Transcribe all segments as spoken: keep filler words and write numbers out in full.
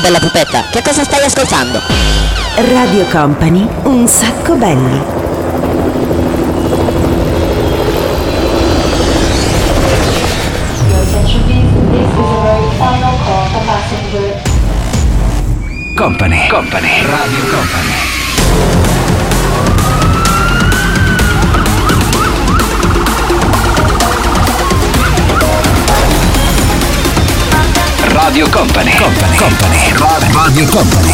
bella pupetta, che cosa stai ascoltando? Radio Company, un sacco belli. Company, Company, Radio Company. Radio Company, Company, Company, Radio Company.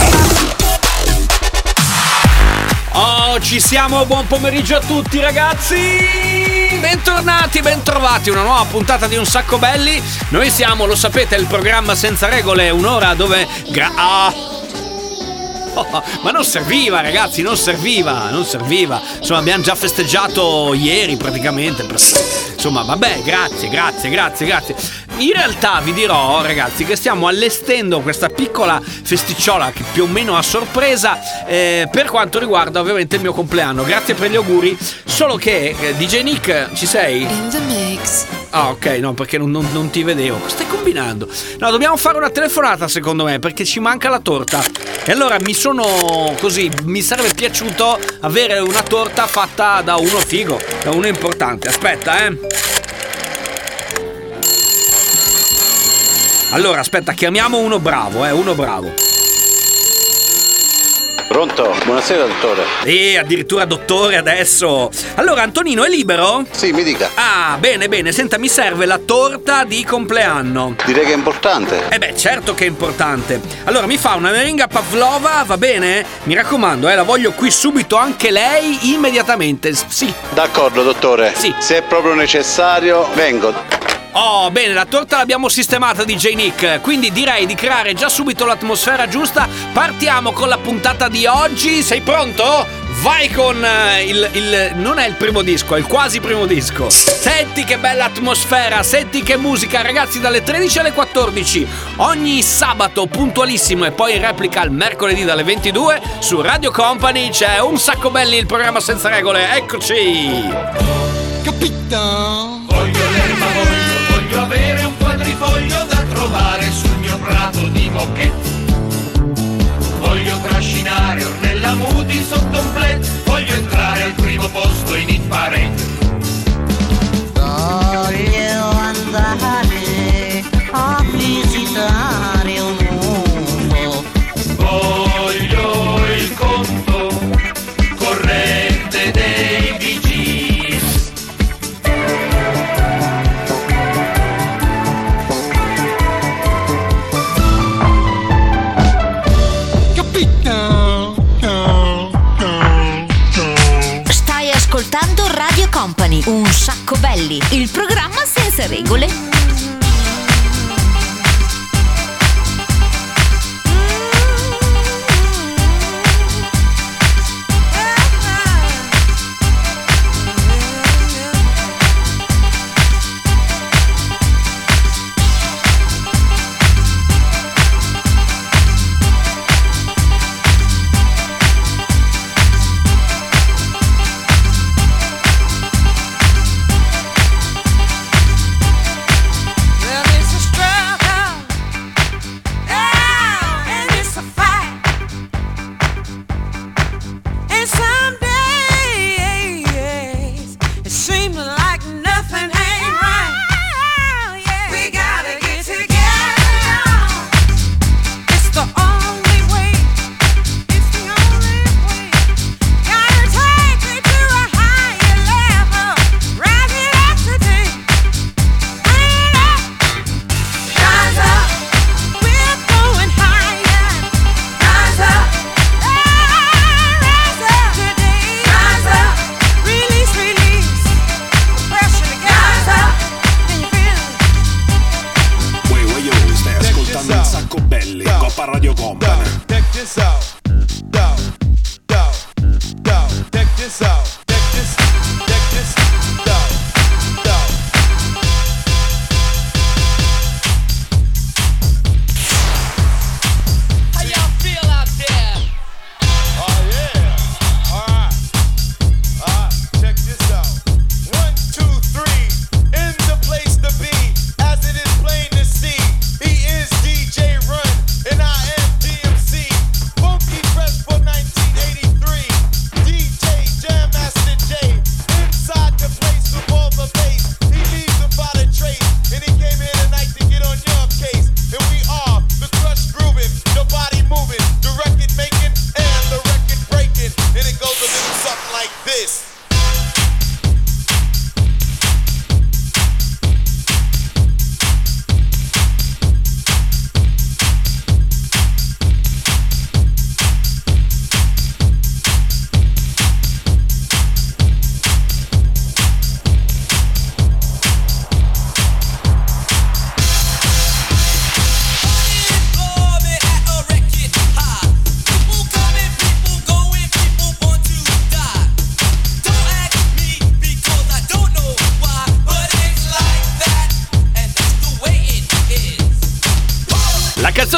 Oh, ci siamo, buon pomeriggio a tutti ragazzi! Bentornati, bentrovati, una nuova puntata di Un Sacco Belli. Noi siamo, lo sapete, il programma senza regole, un'ora dove... Gra- ah. Oh, ma non serviva ragazzi, non serviva, non serviva. Insomma, abbiamo già festeggiato ieri praticamente. Insomma, vabbè, grazie, grazie, grazie, grazie. In realtà vi dirò ragazzi che stiamo allestendo questa piccola festicciola che più o meno a sorpresa eh, per quanto riguarda ovviamente il mio compleanno. Grazie per gli auguri. Solo che eh, D J Nick, ci sei? In the mix. Ah ok, no, perché non, non, non ti vedevo. Cosa stai combinando? No, dobbiamo fare una telefonata secondo me, perché ci manca la torta. E allora mi sono così, mi sarebbe piaciuto avere una torta fatta da uno figo, da uno importante. Aspetta, eh. Allora, aspetta, chiamiamo uno bravo, eh, uno bravo. Pronto? Buonasera, dottore. E addirittura dottore adesso. Allora, Antonino è libero? Sì, mi dica. Ah, bene, bene. Senta, mi serve la torta di compleanno. Direi che è importante. Eh beh, certo che è importante. Allora, mi fa una meringa pavlova, va bene? Mi raccomando, eh, la voglio qui subito anche lei, immediatamente. Sì. D'accordo, dottore. Sì. Se è proprio necessario, vengo. Oh, bene, la torta l'abbiamo sistemata, D J Nick. Quindi direi di creare già subito l'atmosfera giusta. Partiamo con la puntata di oggi. Sei pronto? Vai con uh, il, il... non è il primo disco, è il quasi primo disco. Senti che bella atmosfera, senti che musica. Ragazzi, dalle tredici alle quattordici ogni sabato puntualissimo e poi in replica il mercoledì dalle ventidue su Radio Company c'è Un Sacco Belli, il programma senza regole. Eccoci. Capito? Voglio l'erba, voglio, voglio avere un quadrifoglio da trovare sul mio prato di moquette. Voglio trascinare Ornella Muti sotto un plaid. Voglio entrare al primo posto in hit parade. Voglio andare a visitare un mondo. Voglio il conto corrente dei Bee Gees. Stai ascoltando Radio Company, Un Sacco Belli, il programma senza regole.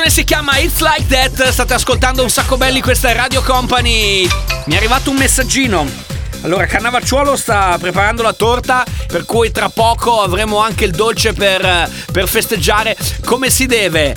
canzone si chiama It's Like That. State ascoltando Un Sacco Belli, questa è Radio Company. Mi è arrivato un messaggino. Allora, Cannavacciuolo sta preparando la torta, per cui tra poco avremo anche il dolce per, per festeggiare come si deve.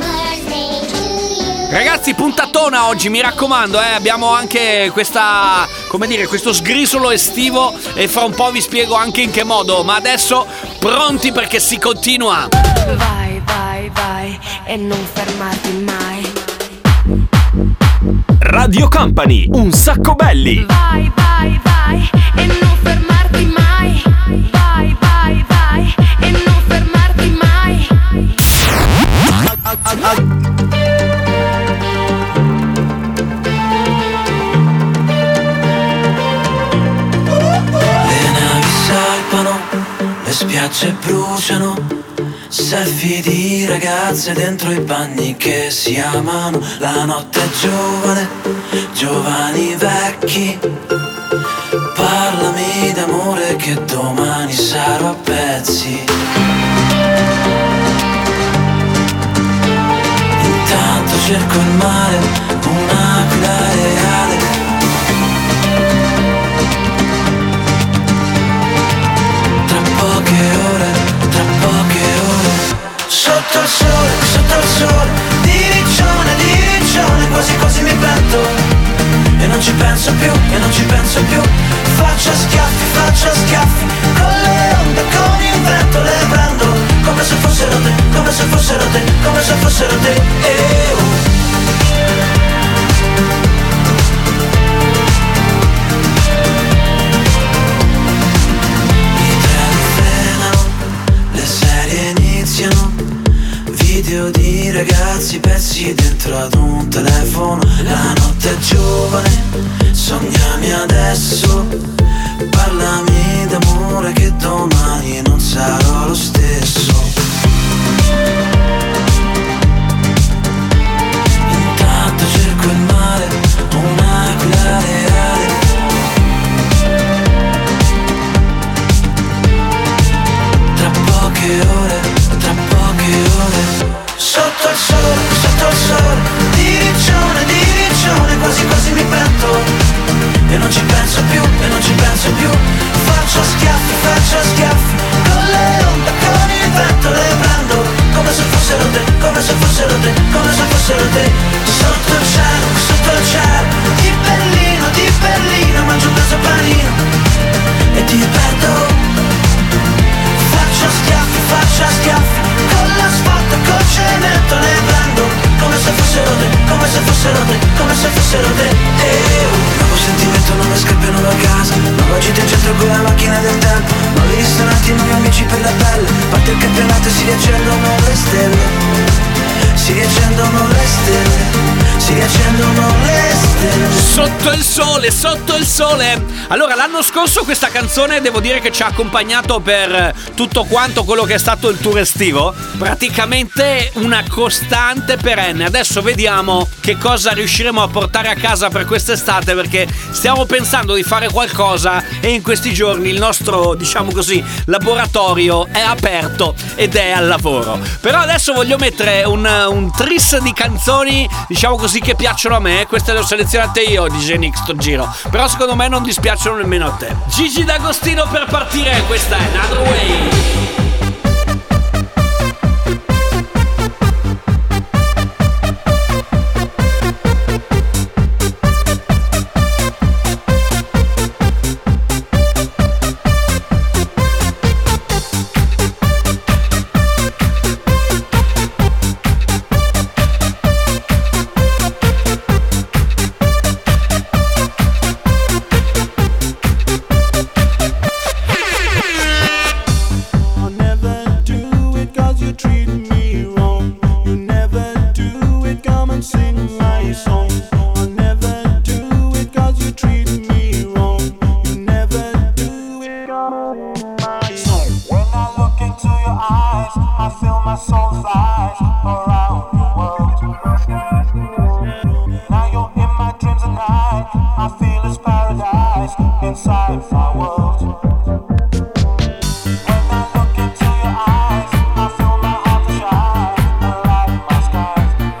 Ragazzi, puntatona oggi, mi raccomando, eh, abbiamo anche questa, come dire, questo sgrisolo estivo e fra un po' vi spiego anche in che modo, ma adesso pronti perché si continua. Vai, vai, vai e non fermarti mai. Radio Company, Un Sacco Belli. Vai, vai, vai e non fermarti mai. Vai, vai, vai e non fermarti mai. Le spiagge bruciano, selfie di ragazze dentro i bagni che si amano. La notte è giovane, giovani vecchi. Parlami d'amore che domani sarò a pezzi. Intanto cerco il mare, un'aquila reale. Sotto il sole, sotto il sole, di riccione, di riccione, quasi quasi mi pento. E non ci penso più, e non ci penso più. Faccio schiaffi, faccio schiaffi, con le onde, con il vento le prendo. Come se fossero te, come se fossero te, come se fossero te. E oh. I treni frenano, le serie iniziano. Video di ragazzi persi dentro ad un telefono. La notte è giovane, sognami adesso. Parlami d'amore che domani non sarò lo stesso. Intanto cerco il mare, un'aquila reale. Tra poche ore, tra poche ore. Sotto il sole, sotto il sole, di riccione, di riccione, quasi quasi mi pento. E non ci penso più, e non ci penso più. Faccio schiaffi, faccio schiaffi, con le onde, con il vento le prendo. Come se fossero te, come se fossero te, come se fossero te. Sotto il cielo, sotto il cielo, di Berlino, di Berlino, mangio un pezzo panino e ti perdo. Faccio schiaffi, faccio schiaffi, con l'asfalto e col cemento le prendo. Come se fossero te, come se fossero te, come se fossero te. E un nuovo sentimento, nuove scarpe, nuova casa, nuova gita in centro con la macchina del tempo. Nuovi ristoranti, nuovi amici per la pelle. Parte il campionato e si riaccendono le stelle. Si riaccendono le stelle. Si riaccendono le stelle. Sotto il sole, sotto il sole. Allora, l'anno scorso questa canzone devo dire che ci ha accompagnato per tutto quanto quello che è stato il tour estivo. Praticamente una costante perenne. Adesso vediamo che cosa riusciremo a portare a casa per quest'estate, perché stiamo pensando di fare qualcosa e in questi giorni il nostro, diciamo così, laboratorio è aperto ed è al lavoro. Però adesso voglio mettere un, un tris di canzoni, diciamo così, che piacciono a me. Queste le ho selezionate io di Genix sto giro, però secondo me non dispiacciono nemmeno a te. Gigi D'Agostino per partire, questa è Another Way. When I look into your eyes, I feel my heart to shine. The light in my skies.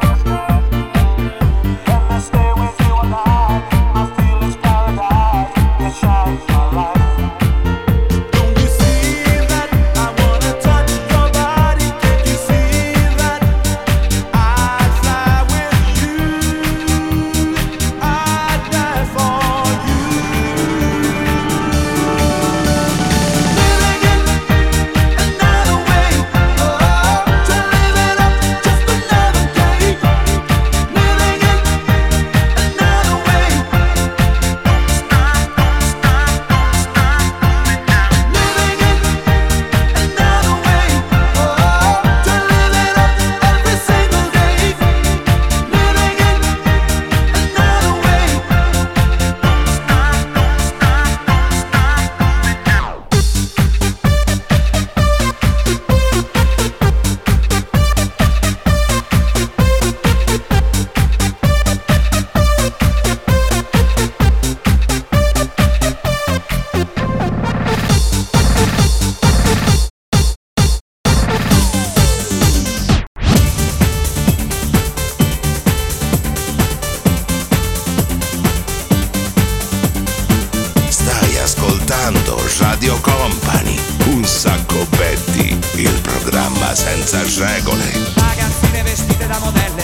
ascoltando Radio Company. Un sacco belli, il programma senza regole. Ragazzine vestite da modelle,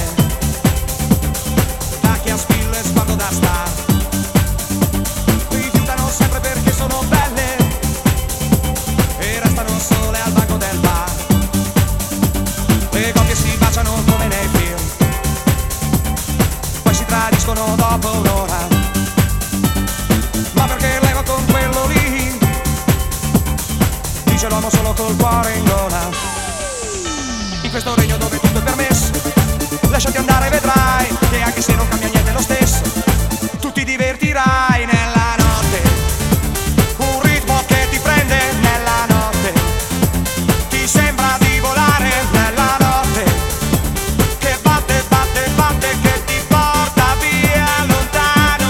tacchi a spillo e sguardo da star, rifiutano sempre perché sono belle e restano sole al banco del bar. Le coppie si baciano come nei film, poi si tradiscono dopo un'ora. Ma perché leva con quello lì? Dice l'uomo solo col cuore in gola. In questo regno dove tutto è permesso, lasciati andare e vedrai che anche se non cambia niente lo stesso, tu ti divertirai nella notte. Un ritmo che ti prende nella notte, ti sembra di volare nella notte, che batte, batte, batte, che ti porta via lontano.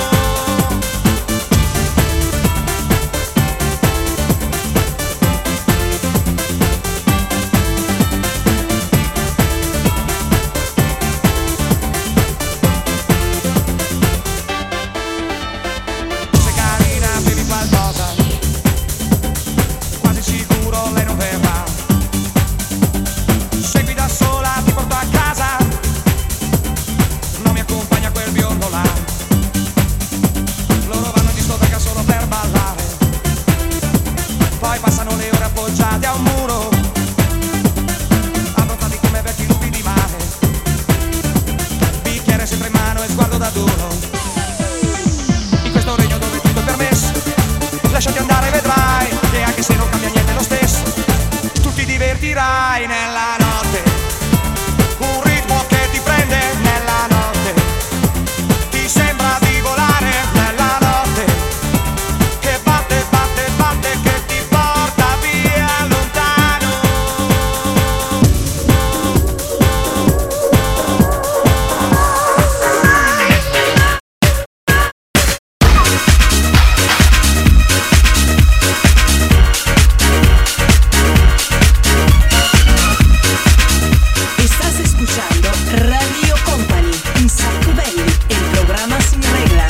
Se carina bevi qualcosa, quasi sicuro lei non verrà. Se guida sola ti porto a casa, non mi accompagna quel biondo là. Loro vanno in discoteca solo per ballare, poi passano le ore appoggiate a un muro, abbronzati come vecchi lupi di mare, bicchiere sempre in mano e sguardo da duro. In questo regno dove tutto è permesso, lasciati andare e vedrai che anche se non cambia niente lo stesso, tu ti divertirai nella notte. Un ritmo che ti prende nella notte, ti sembra di volare nella notte, che batte, batte, batte, che ti porta via lontano. Estás escuchando Radio Company, un sacco belli, el programa sin reglas.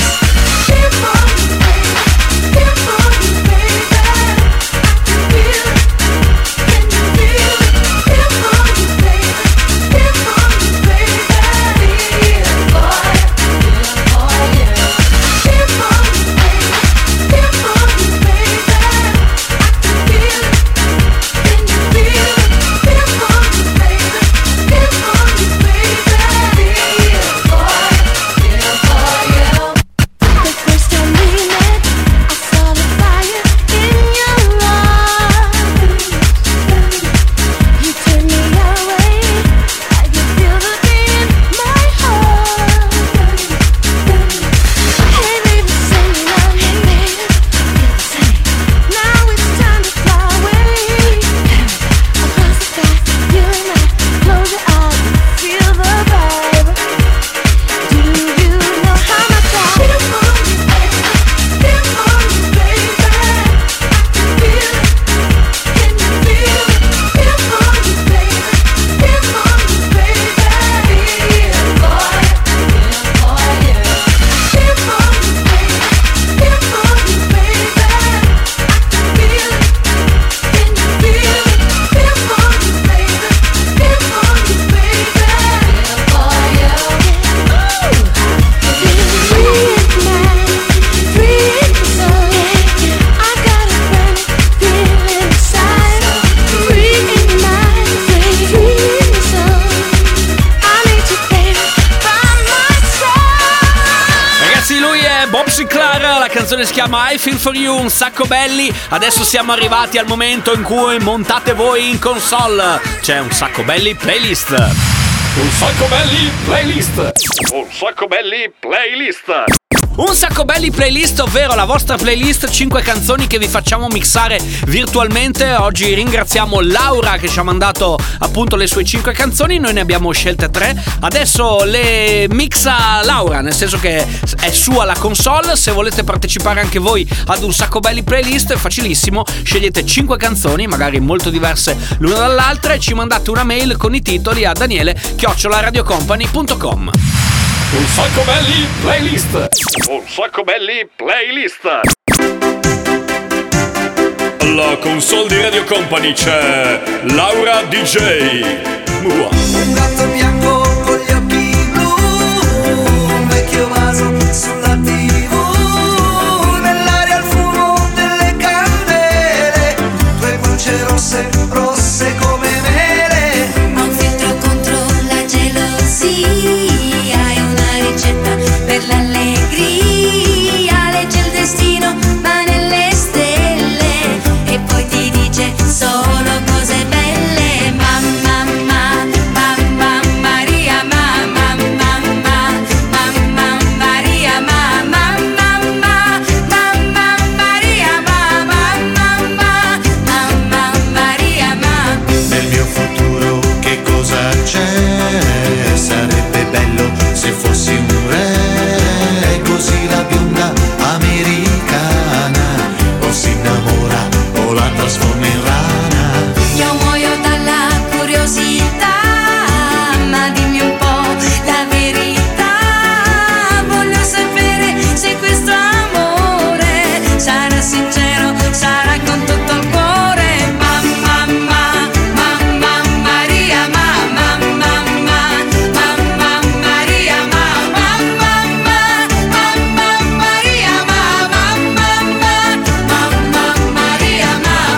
La canzone si chiama I Feel For You, un sacco belli. Adesso siamo arrivati al momento in cui montate voi in console. C'è un sacco belli playlist. Un sacco belli playlist. Un sacco belli playlist. Un sacco belli playlist, ovvero la vostra playlist, cinque canzoni che vi facciamo mixare virtualmente. Oggi ringraziamo Laura che ci ha mandato appunto le sue cinque canzoni, noi ne abbiamo scelte tre. Adesso le mixa Laura, nel senso che è sua la console. Se volete partecipare anche voi ad un sacco belli playlist è facilissimo, scegliete cinque canzoni, magari molto diverse l'una dall'altra, e ci mandate una mail con i titoli a daniele chiocciola radiocompany punto com. Un sacco belli playlist. Un sacco belli playlist. Alla console di Radio Company c'è Laura D J. Mua. Un gatto bianco con gli occhi blu, un vecchio vaso sulla tivù, nell'aria il fumo delle candele, due luci rosse, rosse come mele. Ho un filtro contro la gelosia, hai una ricetta per l'allegria, legge il destino ma nelle stelle e poi ti dice solo cose belle. Mamma, mamma, mamma Maria, mamma, mamma, mamma Maria, mamma, mamma, mamma Maria, mamma, mamma, mamma Maria, mamma. Nel mio futuro che cosa c'è? Sarebbe bello se fossi un re, così la bionda americana o si innamora o la trasforma in rana. Io muoio dalla curiosità, ma dimmi un po' la verità. Voglio sapere se questo amore sarà sincero, sarà con tutto il cuore. Mamma, mamma, mamma Maria, mamma, mamma, mamma Maria, mamma, mamma, mamma Maria, mamma, mamma, mamma Maria, mamma.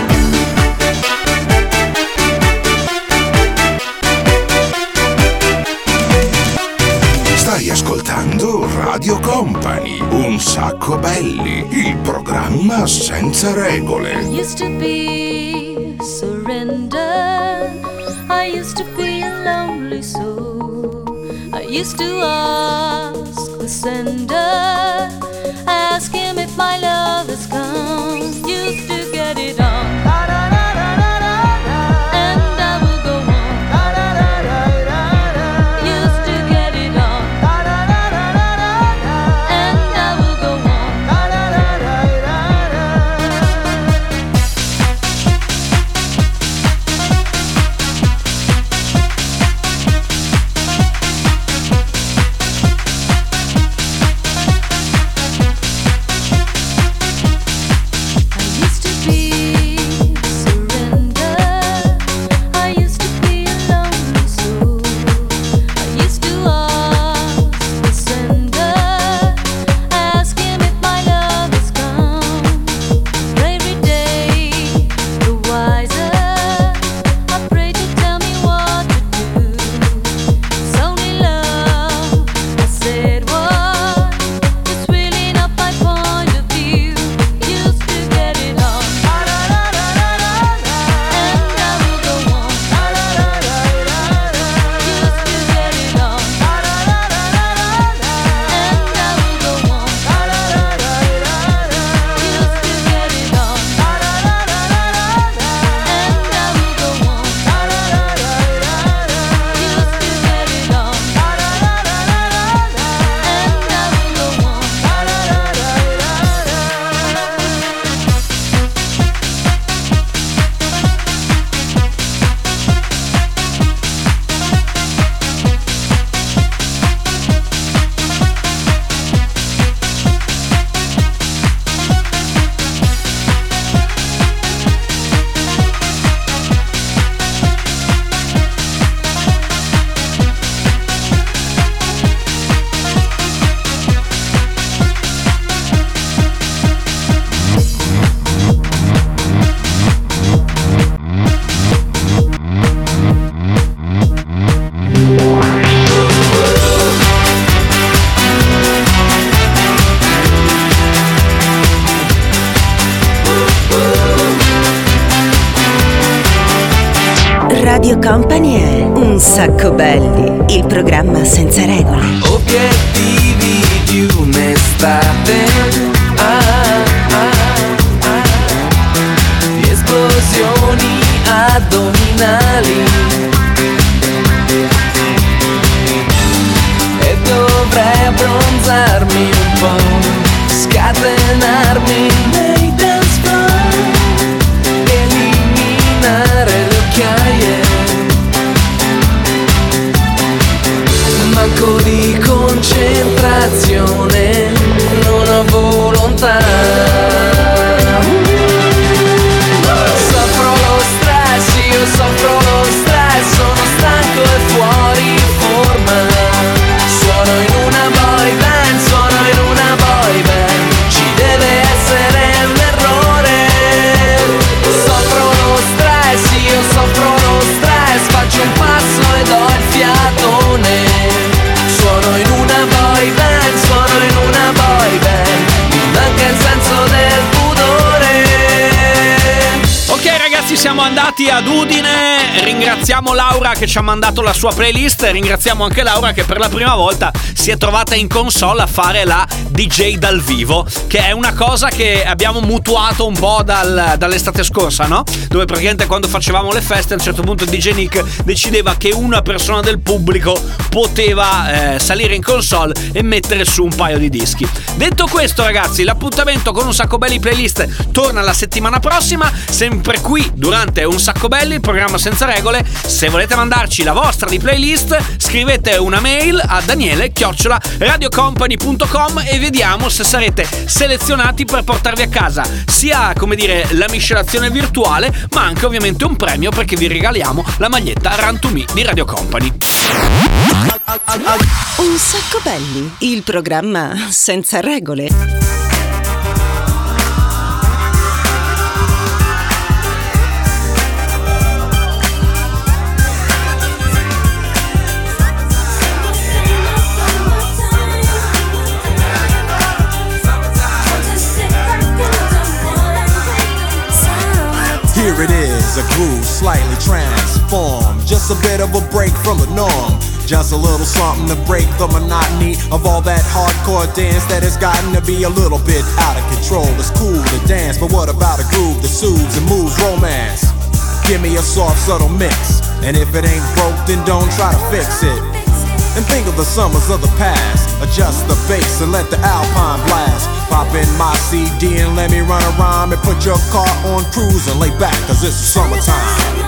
Stai ascoltando Radio Company, un sacco belli, il programma senza regole. Used to be surrender. I used to be a lonely soul. I used to ask the sender, ask him if my love has come. Used to get it on. And I will go on. Used to get it on. And I will go on. Radio Company è Un Sacco Belli, il programma senza regole. Obiettivi di un'estate, ah, ah, ah, di esplosioni addominali, e dovrei abbronzarmi un po', scatenarmi nei dance floor, eliminare le occhiaie, manco di concentrazione, non ho volontà. ragazzi, siamo andati ad Udine. Ringraziamo Laura che ci ha mandato la sua playlist. Ringraziamo anche Laura che per la prima volta si è trovata in console a fare la D J dal vivo, che è una cosa che abbiamo mutuato un po' dal, dall'estate scorsa, no? Dove praticamente quando facevamo le feste a un certo punto D J Nick decideva che una persona del pubblico poteva eh, salire in console e mettere su un paio di dischi. Detto questo, ragazzi, l'appuntamento con Un Sacco Belli Playlist torna la settimana prossima, sempre qui durante Un Sacco Belli, il programma senza regole. Se volete mandarci la vostra di playlist, scrivete una mail a daniele chiocciola radiocompany punto com e vediamo se sarete selezionati per portarvi a casa sia, come dire, la miscelazione virtuale, ma anche ovviamente un premio, perché vi regaliamo la maglietta Run to Me di Radio Company. Un Sacco Belli, il programma senza regole. Here it is, a groove slightly transformed. Just a bit of a break from the norm. Just a little something to break the monotony of all that hardcore dance that has gotten to be a little bit out of control. It's cool to dance, but what about a groove that soothes and moves romance? Give me a soft, subtle mix, and if it ain't broke, then don't try to fix it. And think of the summers of the past. Adjust the bass and let the Alpine blast. Pop in my C D and let me run around and put your car on cruise and lay back, cause it's summertime.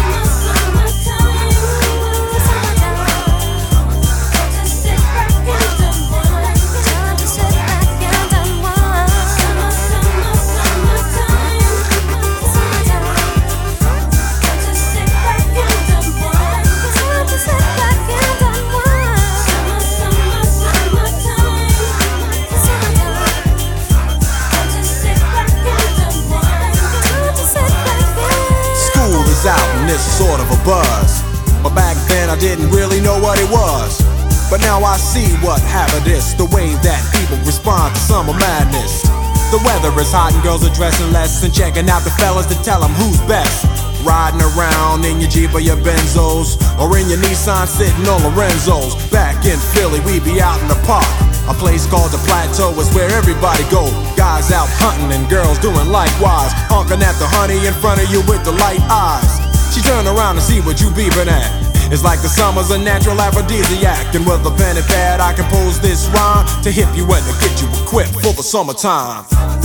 Out and it's sort of a buzz, but back then I didn't really know what it was. But now I see what happened is the way that people respond to summer madness. The weather is hot and girls are dressing less and checking out the fellas to tell them who's best. Riding around in your Jeep or your Benzos, or in your Nissan sitting on Lorenzo's. Back in Philly we be out in the park. A place called the Plateau is where everybody go. Guys out hunting and girls doing likewise, honking at the honey in front of you with the light eyes. She turn around and see what you beeping at. It's like the summer's a natural aphrodisiac, and with a pen and pad I compose this rhyme to hip you and to get you equipped for the summertime.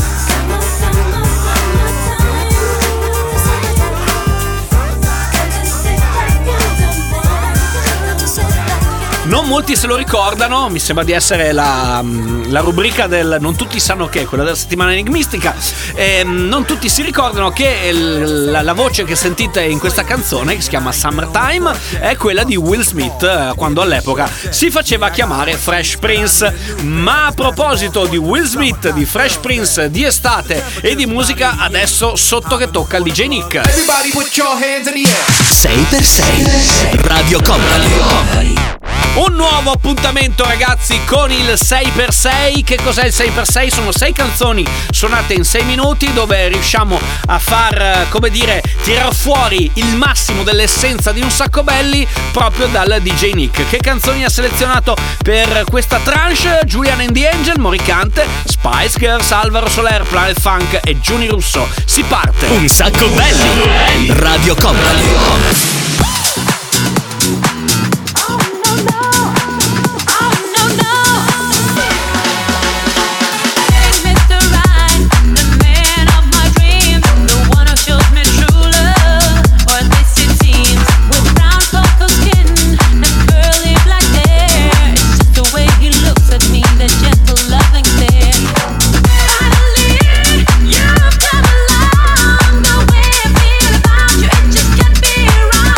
Non molti se lo ricordano, mi sembra di essere la, la rubrica del non tutti sanno che, quella della settimana enigmistica. E non tutti si ricordano che il, la, la voce che sentite in questa canzone, che si chiama Summertime, è quella di Will Smith, quando all'epoca si faceva chiamare Fresh Prince. Ma a proposito di Will Smith, di Fresh Prince, di estate e di musica, adesso sotto che tocca il D J Nick. Everybody put your hands in the air. sei per sei Radio Company. Un nuovo appuntamento, ragazzi, con il sei per sei. Che cos'è il sei per sei? Sono sei canzoni suonate in sei minuti, dove riusciamo a far, come dire, tirar fuori il massimo dell'essenza di Un Sacco Belli proprio dal D J Nick. Che canzoni ha selezionato per questa tranche? Julian and the Angel, Moricante, Spice Girls, Alvaro Soler, Planet Funk e Giuni Russo. Si parte. Un Sacco Belli Radio Company. Right.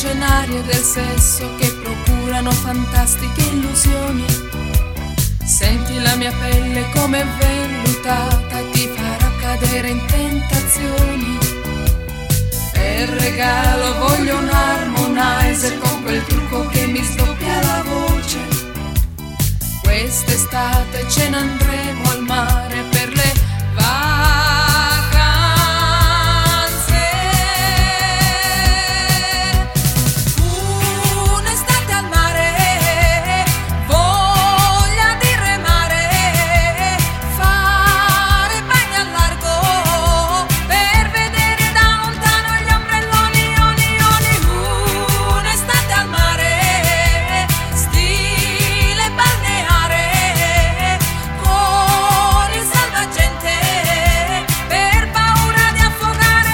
scenario del sesso che procurano fantastiche illusioni. Senti la mia pelle come vellutata, ti farà cadere in tentazioni. Per regalo voglio un harmonizer con quel trucco che mi sdoppia la voce. Quest'estate ce ne andremo al mare per le vacanze. Un'estate al mare, voglia di remare, fare bagni al largo per vedere da lontano gli ombrelloni, oni, oni. Un'estate al mare, stile balneare, con il salvagente per paura di affogare.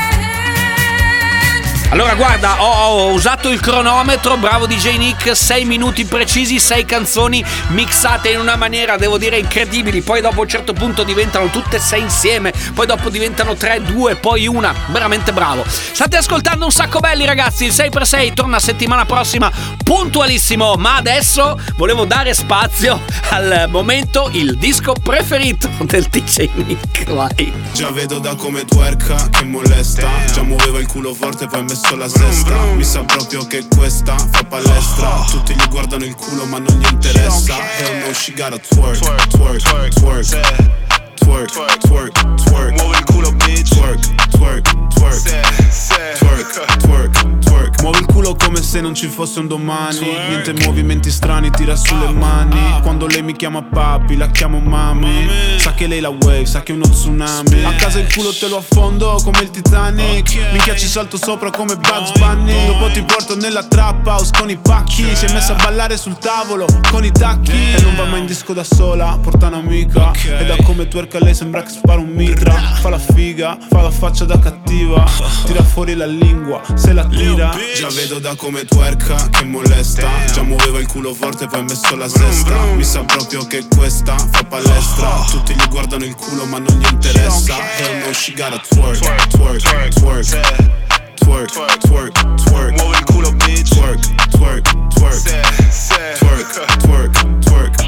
Allora guarda, ho, ho usato il cronometro, bravo D J Nick, sei minuti precisi, sei canzoni mixate in una maniera, devo dire, incredibili. Poi dopo a un certo punto diventano tutte sei insieme, poi dopo diventano tre, due, poi una. Veramente bravo. State ascoltando Un Sacco Belli, ragazzi, il sei per sei torna settimana prossima puntualissimo. Ma adesso volevo dare spazio al momento, il disco preferito del D J Nick. Vai. Già vedo da come twerka che molesta. Già muoveva il culo forte poi ha messo la sesta. Mi sa proprio che questa fa palestra. Tutti gli guardano il culo ma non gli interessa. Hell no, she gotta twerk, twerk, twerk, twerk, twerk, twerk. Muovi il culo bitch. Twerk, twerk, twerk, twerk, twerk, twerk. Muovi il culo come se non ci fosse un domani. Niente movimenti strani, tira sulle mani. Quando lei mi chiama papi, la chiamo mami. Sa che lei la wave, sa che è uno tsunami. A casa il culo te lo affondo come il Titanic. Minchia ci salto sopra come Bugs Bunny. Dopo ti porto nella trap house con i pacchi. Si è messa a ballare sul tavolo con i tacchi. E non va mai in disco da sola, porta un'amica. E da come twerka lei sembra che spara un mitra. Fa la figa, fa la faccia da cattiva. Tira fuori la lingua, se la tira. Già vedo da come twerka che molesta. Già muoveva il culo forte poi ha messo la sesta. Mi sa proprio che questa fa palestra. Tutti gli guardano il culo ma non gli interessa. Hell no, she gotta twerk, twerk, twerk, twerk, twerk, twerk. Muovi il culo bitch. Twerk, twerk, twerk, twerk, twerk, twerk.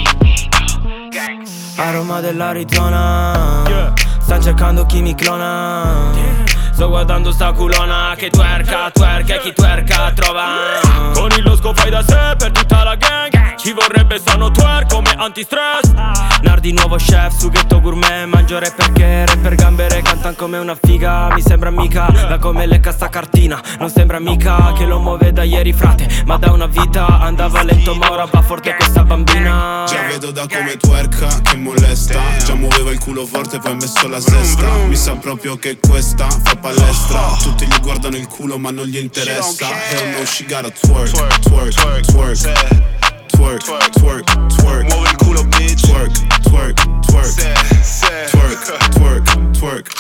Aroma dell'Arizona, stan cercando chi mi clona. Sto guardando sta culona che twerka, twerka e chi twerka trova. Con il losco fai da sé per tutta la gang. Ci vorrebbe sano twerk come antistress. Nardi nuovo chef, sughetto gourmet. Mangio rapper che rapper gambere cantan come una figa. Mi sembra mica da come lecca sta cartina. Non sembra mica che lo muove da ieri frate, ma da una vita andava lento ma ora va forte questa bambina. Già vedo da come twerka che molesta. Già muoveva il culo forte poi ha messo la sesta. Mi sa proprio che questa fa palestra. Tutti gli guardano il culo ma non gli interessa. Hell no, she gotta twerk, twerk, twerk, twerk, twerk, twerk. Muovi il culo bitch. Twerk, twerk, twerk, twerk, twerk, twerk.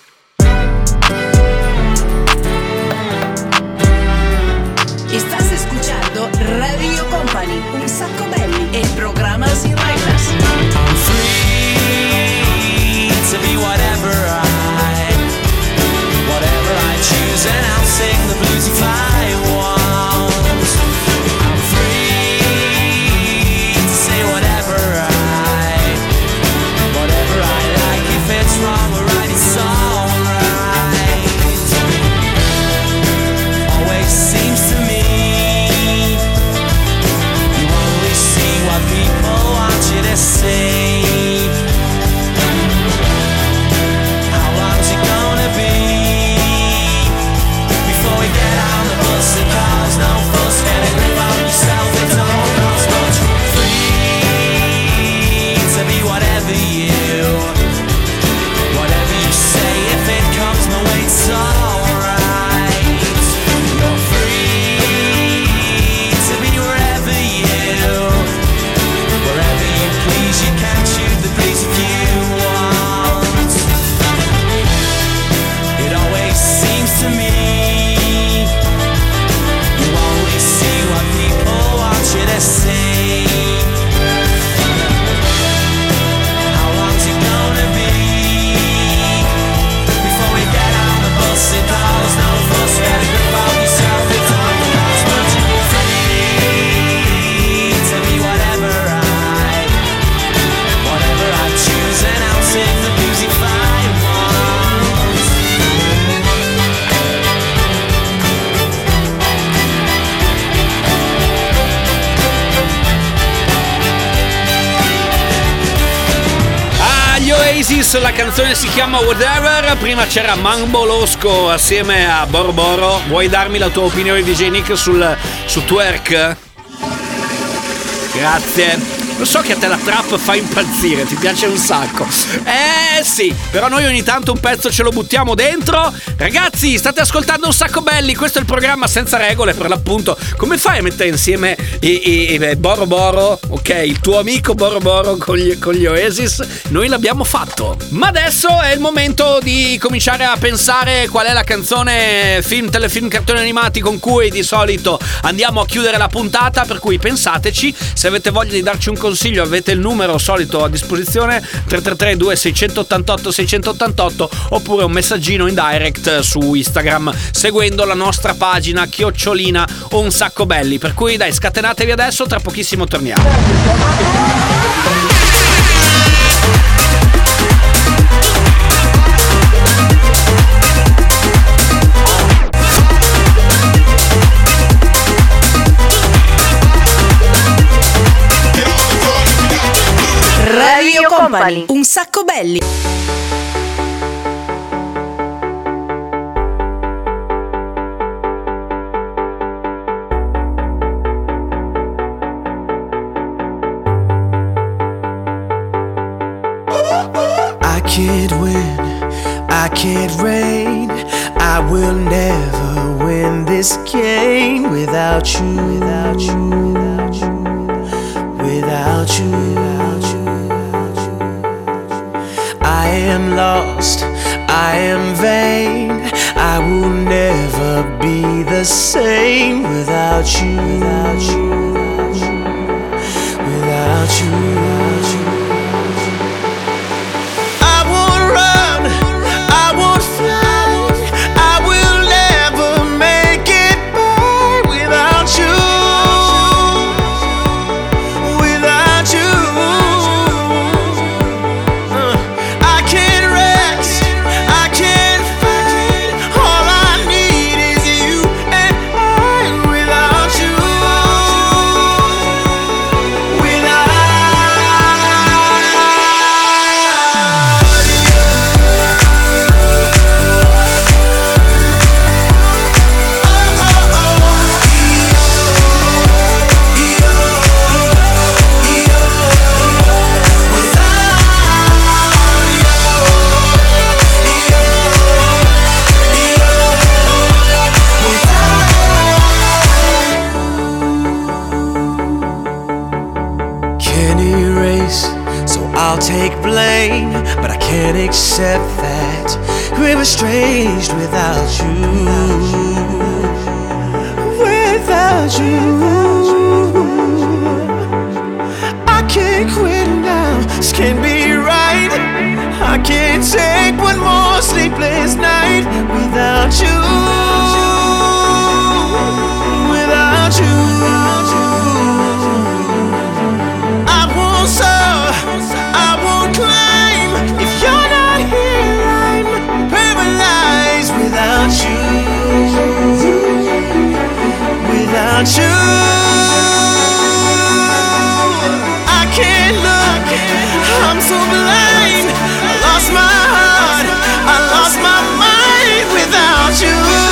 Estás escuchando Radio Company, Un Sacco Belli, el programa sin reglas. I'm free to be whatever I, whatever I choose, and I'll sing the blues if I want. I'm free to say whatever I Oasis, la canzone si chiama Whatever. Prima c'era Mambo Losco assieme a Boro Boro. Vuoi darmi la tua opinione, D J Nick, sul, su twerk? Grazie. Lo so che a te la trap fa impazzire, ti piace un sacco. Eh sì, però noi ogni tanto un pezzo ce lo buttiamo dentro. Ragazzi, state ascoltando Un Sacco Belli, questo è il programma senza regole, per l'appunto. Come fai a mettere insieme i, i, i Boro Boro, ok, il tuo amico Boro Boro con gli, con gli Oasis? Noi l'abbiamo fatto. Ma adesso è il momento di cominciare a pensare qual è la canzone, film, telefilm, cartoni animati con cui di solito andiamo a chiudere la puntata, per cui pensateci. Se avete voglia di darci un consiglio, avete il numero solito a disposizione, tre tre tre due sei otto otto sei otto otto, oppure un messaggino in direct su Instagram seguendo la nostra pagina chiocciolina o Un Sacco Belli. Per cui dai, scatenatevi adesso, tra pochissimo torniamo. Radio Company, Un Sacco Belli. I can't win, I can't reign, I will never win this game without you, without you, without you, without you, without you. I am lost, I am vain, I will never be the same without you, without you, without you, without you. I won't run, I won't fly, I will never make it by without you, without you. Take blame, but I can't accept that we're estranged without you, without you. I can't quit now, this can't be right. I can't take one more sleepless night without you, without you. I won't stop, I won't climb. If you're not here, I'm paralyzed without you, without you. I can't look, I'm so blind. I lost my heart, I lost my mind without you.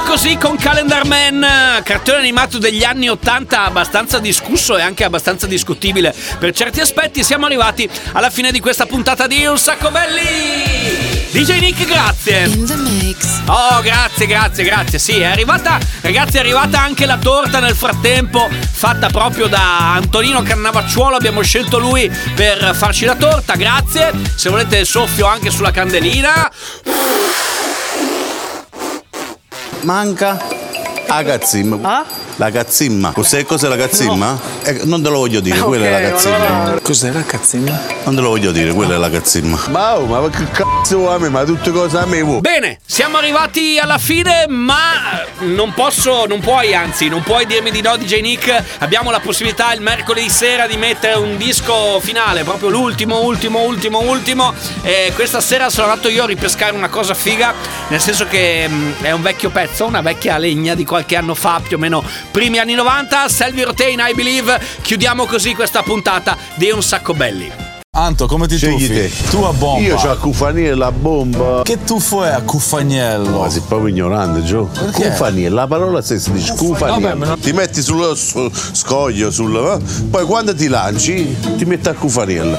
così con Calendar Man, cartone animato degli anni ottanta, abbastanza discusso e anche abbastanza discutibile per certi aspetti. Siamo arrivati alla fine di questa puntata di Un Sacco Belli. D J Nick, grazie. Oh, grazie, grazie, grazie. Sì, è arrivata, ragazzi, è arrivata anche la torta nel frattempo, fatta proprio da Antonino Cannavacciuolo. Abbiamo scelto lui per farci la torta, grazie. Se volete il soffio anche sulla candelina. Manca la cazzimma. Ah? La cazzimma. Cos'è, cos'è la cazzimma? No. Eh, non te lo voglio dire, okay, quella è la cazzimma. No. Cos'è la cazzimma? Non te lo voglio dire, quella è la cazzimma. Ma oh, ma che cazzo vuoi a me? Ma tutte cose a me vuoi? Bene, siamo arrivati alla fine, ma non posso, non puoi, anzi, non puoi dirmi di no, D J Nick. Abbiamo la possibilità il mercoledì sera di mettere un disco finale, proprio l'ultimo, ultimo, ultimo, ultimo. E questa sera sono andato io a ripescare una cosa figa, nel senso che mh, è un vecchio pezzo, una vecchia legna di qualche anno fa, più o meno primi anni novanta, Selvi Rotain, I Believe. Chiudiamo così questa puntata di Un Sacco Belli. Anto, come ti Scegli tuffi? te. Tu a bomba. Io c'ho a Cufaniello la bomba. Che tuffo è a Cuffaniello? Ma sei proprio ignorante, Gio. Cufaniello, la parola stessa dice Cufaniello. Non... Ti metti sullo su, scoglio, sul, eh? Poi quando ti lanci ti metti a Cufaniello.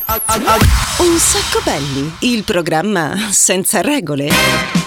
Un sacco belli, il programma senza regole.